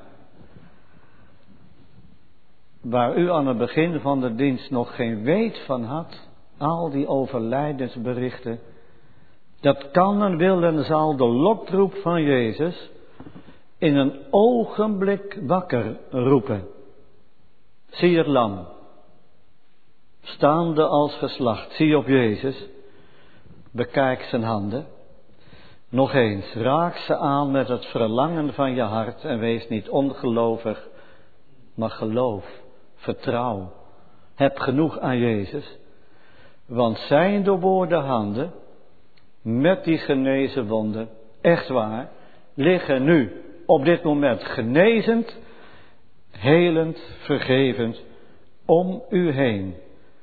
Waar u aan het begin van de dienst nog geen weet van had, al die overlijdensberichten, dat kan en wil en zal de lokroep van Jezus in een ogenblik wakker roepen. Zie het lam, staande als geslacht, zie op Jezus, bekijk zijn handen. Nog eens, raak ze aan met het verlangen van je hart en wees niet ongelovig, maar geloof, vertrouw, Heb genoeg aan Jezus, want zijn doorboorde handen, met die genezen wonden, echt waar, liggen nu op dit moment genezend, helend, vergevend om u heen.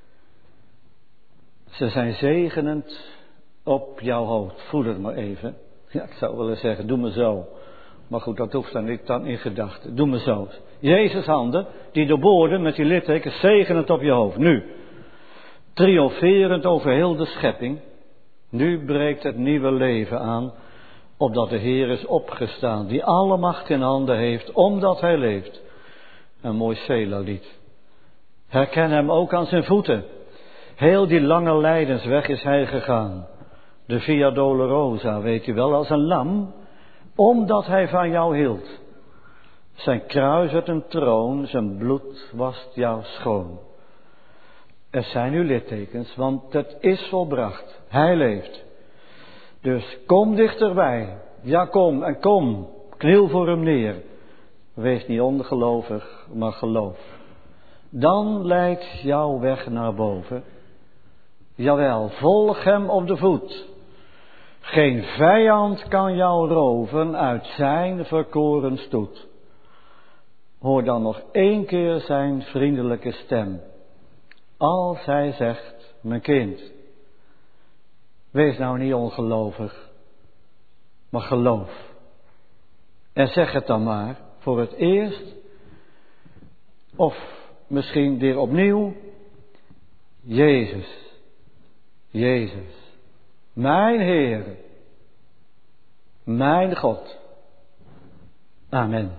Ze zijn zegenend op jouw hoofd. Voel het maar even. Ja, ik zou willen zeggen, doe me zo. Maar goed, dat hoeft dan niet dan in gedachten. Doe me zo. Jezus' handen, die doorboorden met die littekens, zegenend op je hoofd. Nu, triomferend over heel de schepping. Nu breekt het nieuwe leven aan, opdat de Heer is opgestaan, die alle macht in handen heeft, omdat Hij leeft. Een mooi Selah-lied. Herken Hem ook aan zijn voeten. Heel die lange lijdensweg is Hij gegaan. De Via Dolorosa, weet u wel, als een lam, omdat Hij van jou hield. Zijn kruis werd een troon, zijn bloed wast jou schoon. Er zijn nu littekens, want het is volbracht. Hij leeft. Dus kom dichterbij. Ja, kom en kom. Kniel voor Hem neer. Wees niet ongelovig, maar geloof. Dan leidt jouw weg naar boven. Jawel, volg Hem op de voet. Geen vijand kan jou roven uit zijn verkoren stoet. Hoor dan nog 1 keer zijn vriendelijke stem. Als Hij zegt, mijn kind, wees nou niet ongelovig, maar geloof. En zeg het dan maar voor het eerst, of misschien weer opnieuw. Jezus, Jezus, mijn Heer, mijn God. Amen.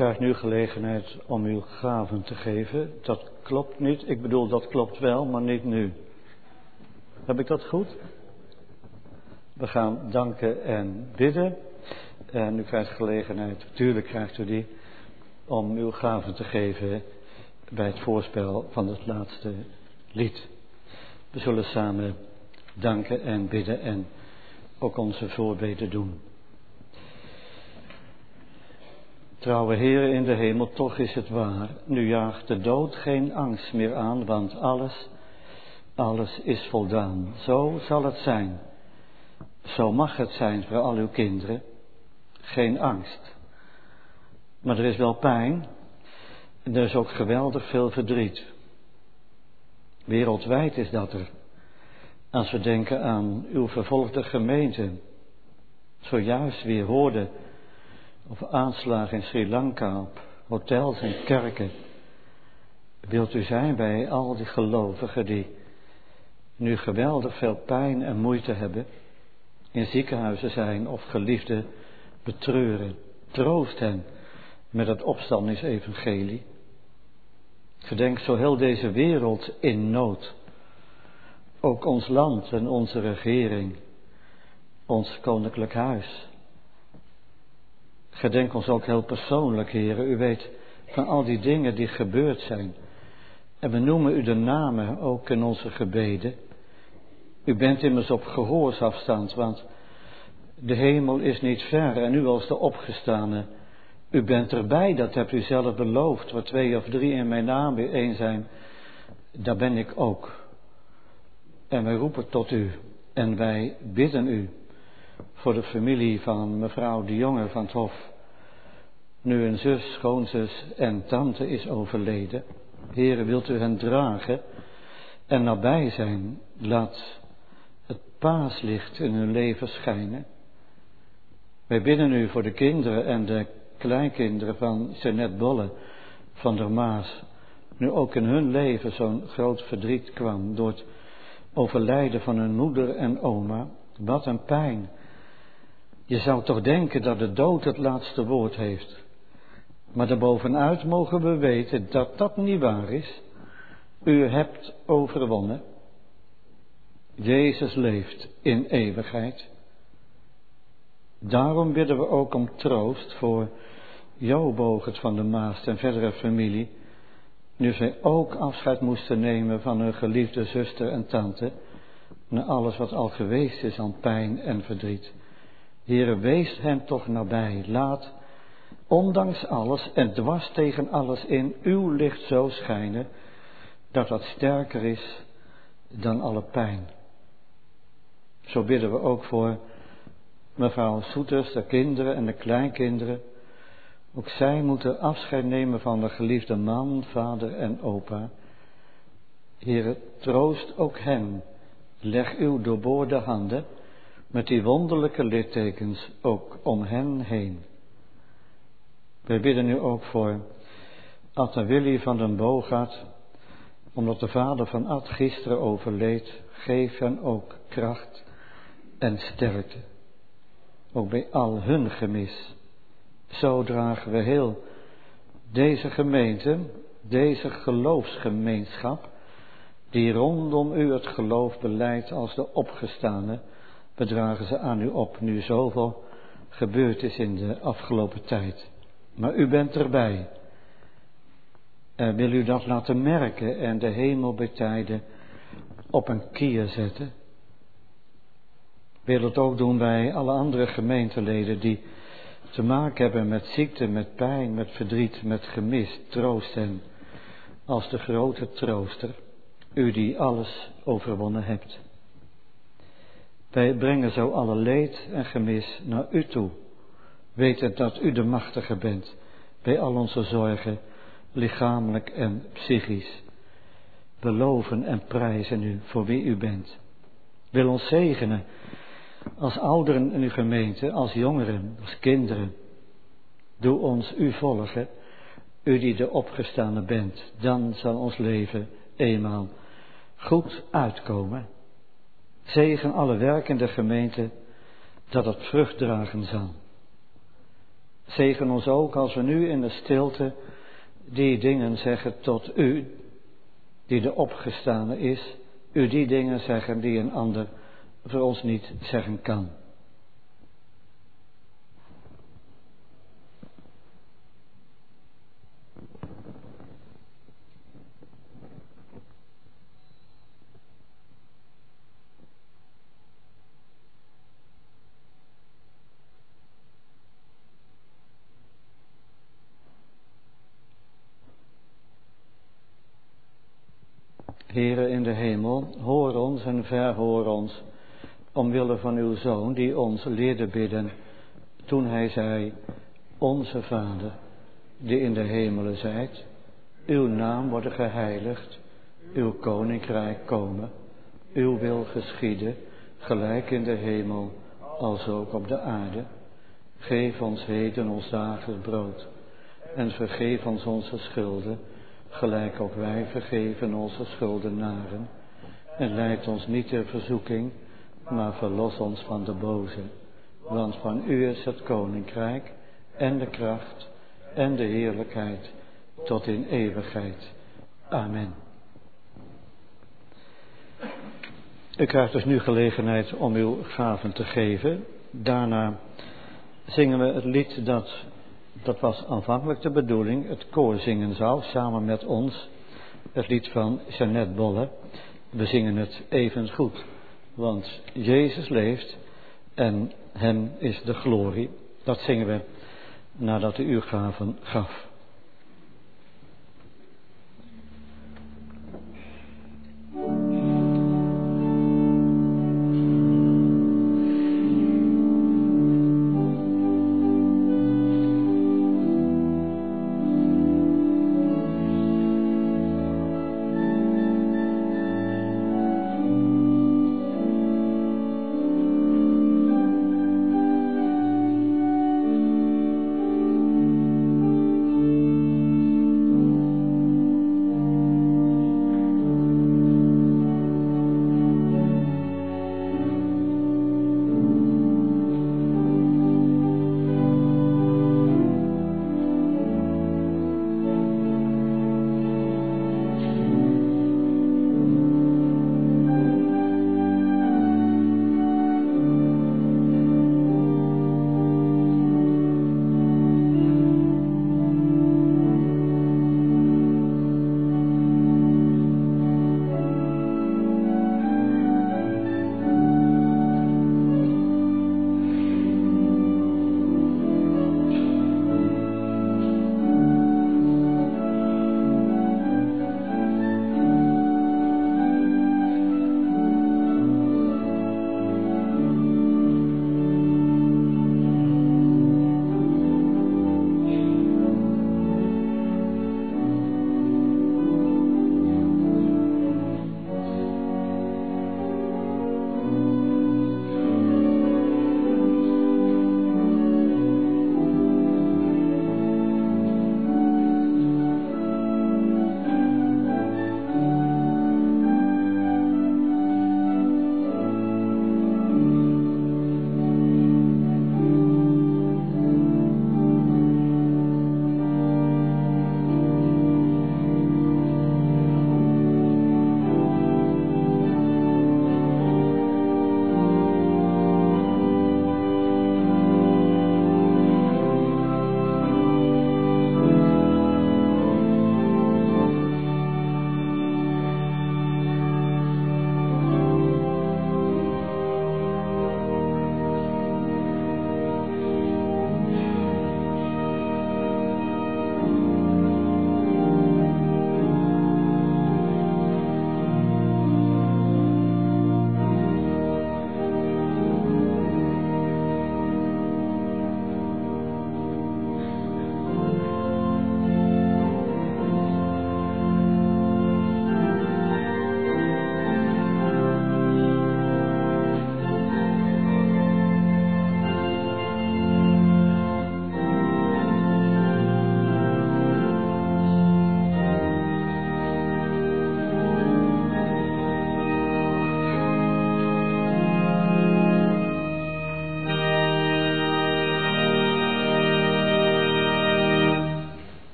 krijgt nu gelegenheid om uw gaven te geven. Dat klopt niet. Ik bedoel, dat klopt wel, maar niet nu. Heb ik dat goed? We gaan danken en bidden. En u krijgt gelegenheid, natuurlijk krijgt u die, om uw gaven te geven bij het voorspel van het laatste lied. We zullen samen danken en bidden en ook onze voorbeden doen. Trouwe Heere in de hemel, toch is het waar. Nu jaagt de dood geen angst meer aan, want alles is voldaan. Zo zal het zijn. Zo mag het zijn voor al uw kinderen. Geen angst. Maar er is wel pijn. En er is ook geweldig veel verdriet. Wereldwijd is dat er. Als we denken aan uw vervolgde gemeente. Zojuist weer hoorden over aanslagen in Sri Lanka op hotels en kerken. Wilt u zijn bij al die gelovigen die nu geweldig veel pijn en moeite hebben, in ziekenhuizen zijn of geliefden betreuren. Troost hen met het opstandingsevangelie. Gedenk zo heel deze wereld in nood. Ook ons land en onze regering, ons koninklijk huis. Gedenk ons ook heel persoonlijk, Heere. U weet van al die dingen die gebeurd zijn. En we noemen u de namen ook in onze gebeden. U bent immers op gehoorsafstand, want de hemel is niet ver en u als de opgestane. U bent erbij, dat hebt u zelf beloofd. Waar 2 of 3 in mijn naam weer één zijn, daar ben ik ook. En wij roepen tot u en wij bidden u voor de familie van mevrouw de Jonge van het Hof. Nu een zus, schoonzus en tante is overleden. Heere, wilt u hen dragen en nabij zijn. Laat het paaslicht in hun leven schijnen. Wij bidden u voor de kinderen en de kleinkinderen van Jeanette Bolle van der Maas. Nu ook in hun leven zo'n groot verdriet kwam door het overlijden van hun moeder en oma. Wat een pijn. Je zou toch denken dat de dood het laatste woord heeft. Maar daarbovenuit mogen we weten dat dat niet waar is. U hebt overwonnen. Jezus leeft in eeuwigheid. Daarom bidden we ook om troost voor Jo Bogert van der Maas en verdere familie. Nu zij ook afscheid moesten nemen van hun geliefde zuster en tante. Na alles wat al geweest is aan pijn en verdriet. Heere, wees hen toch nabij. Laat, ondanks alles en dwars tegen alles in, uw licht zo schijnen, dat dat sterker is dan alle pijn. Zo bidden we ook voor mevrouw Soeters, de kinderen en de kleinkinderen. Ook zij moeten afscheid nemen van de geliefde man, vader en opa. Heere, troost ook hen. Leg uw doorboorde handen met die wonderlijke littekens ook om hen heen. Wij bidden nu ook voor Ad en Willy van den Boogaard, omdat de vader van Ad gisteren overleed. Geef hen ook kracht en sterkte, ook bij al hun gemis. Zo dragen we heel deze gemeente, deze geloofsgemeenschap, die rondom u het geloof beleidt als de opgestane, we dragen ze aan u op, nu zoveel gebeurd is in de afgelopen tijd. Maar u bent erbij. En wil u dat laten merken en de hemel bij tijden op een kier zetten? Wil het ook doen bij alle andere gemeenteleden die te maken hebben met ziekte, met pijn, met verdriet, met gemis. Troost hen als de grote trooster, u die alles overwonnen hebt. Wij brengen zo alle leed en gemis naar u toe, weten dat u de machtige bent bij al onze zorgen, lichamelijk en psychisch. We loven en prijzen u voor wie u bent. Wil ons zegenen als ouderen in uw gemeente, als jongeren, als kinderen. Doe ons u volgen, u die de opgestane bent. Dan zal ons leven eenmaal goed uitkomen. Zegen alle werkende gemeente, dat het vrucht dragen zal. Zegen ons ook als we nu in de stilte die dingen zeggen tot u, die de opgestane is, u die dingen zeggen die een ander voor ons niet zeggen kan. Heere in de hemel, hoor ons en verhoor ons, omwille van uw Zoon die ons leerde bidden, toen hij zei, Onze Vader, die in de hemelen zijt, uw naam worden geheiligd, uw koninkrijk komen, uw wil geschieden, gelijk in de hemel, als ook op de aarde. Geef ons heden ons dagelijks brood, en vergeef ons onze schulden, gelijk ook wij vergeven onze schuldenaren. En leid ons niet ter verzoeking, maar verlos ons van de boze. Want van u is het koninkrijk en de kracht en de heerlijkheid tot in eeuwigheid. Amen. U krijgt dus nu gelegenheid om uw gaven te geven. Daarna zingen we het lied dat was aanvankelijk de bedoeling, het koor zingen zou, samen met ons, het lied van Jeannette Bolle. We zingen het even goed, want Jezus leeft en hem is de glorie. Dat zingen we nadat u uw gaven gaf.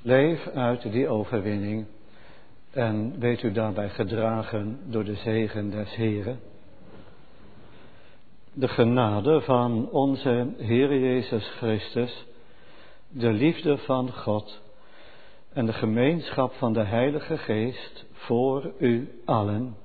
Leef uit die overwinning en weet u daarbij gedragen door de zegen des Heren. De genade van onze Heer Jezus Christus, de liefde van God en de gemeenschap van de Heilige Geest voor u allen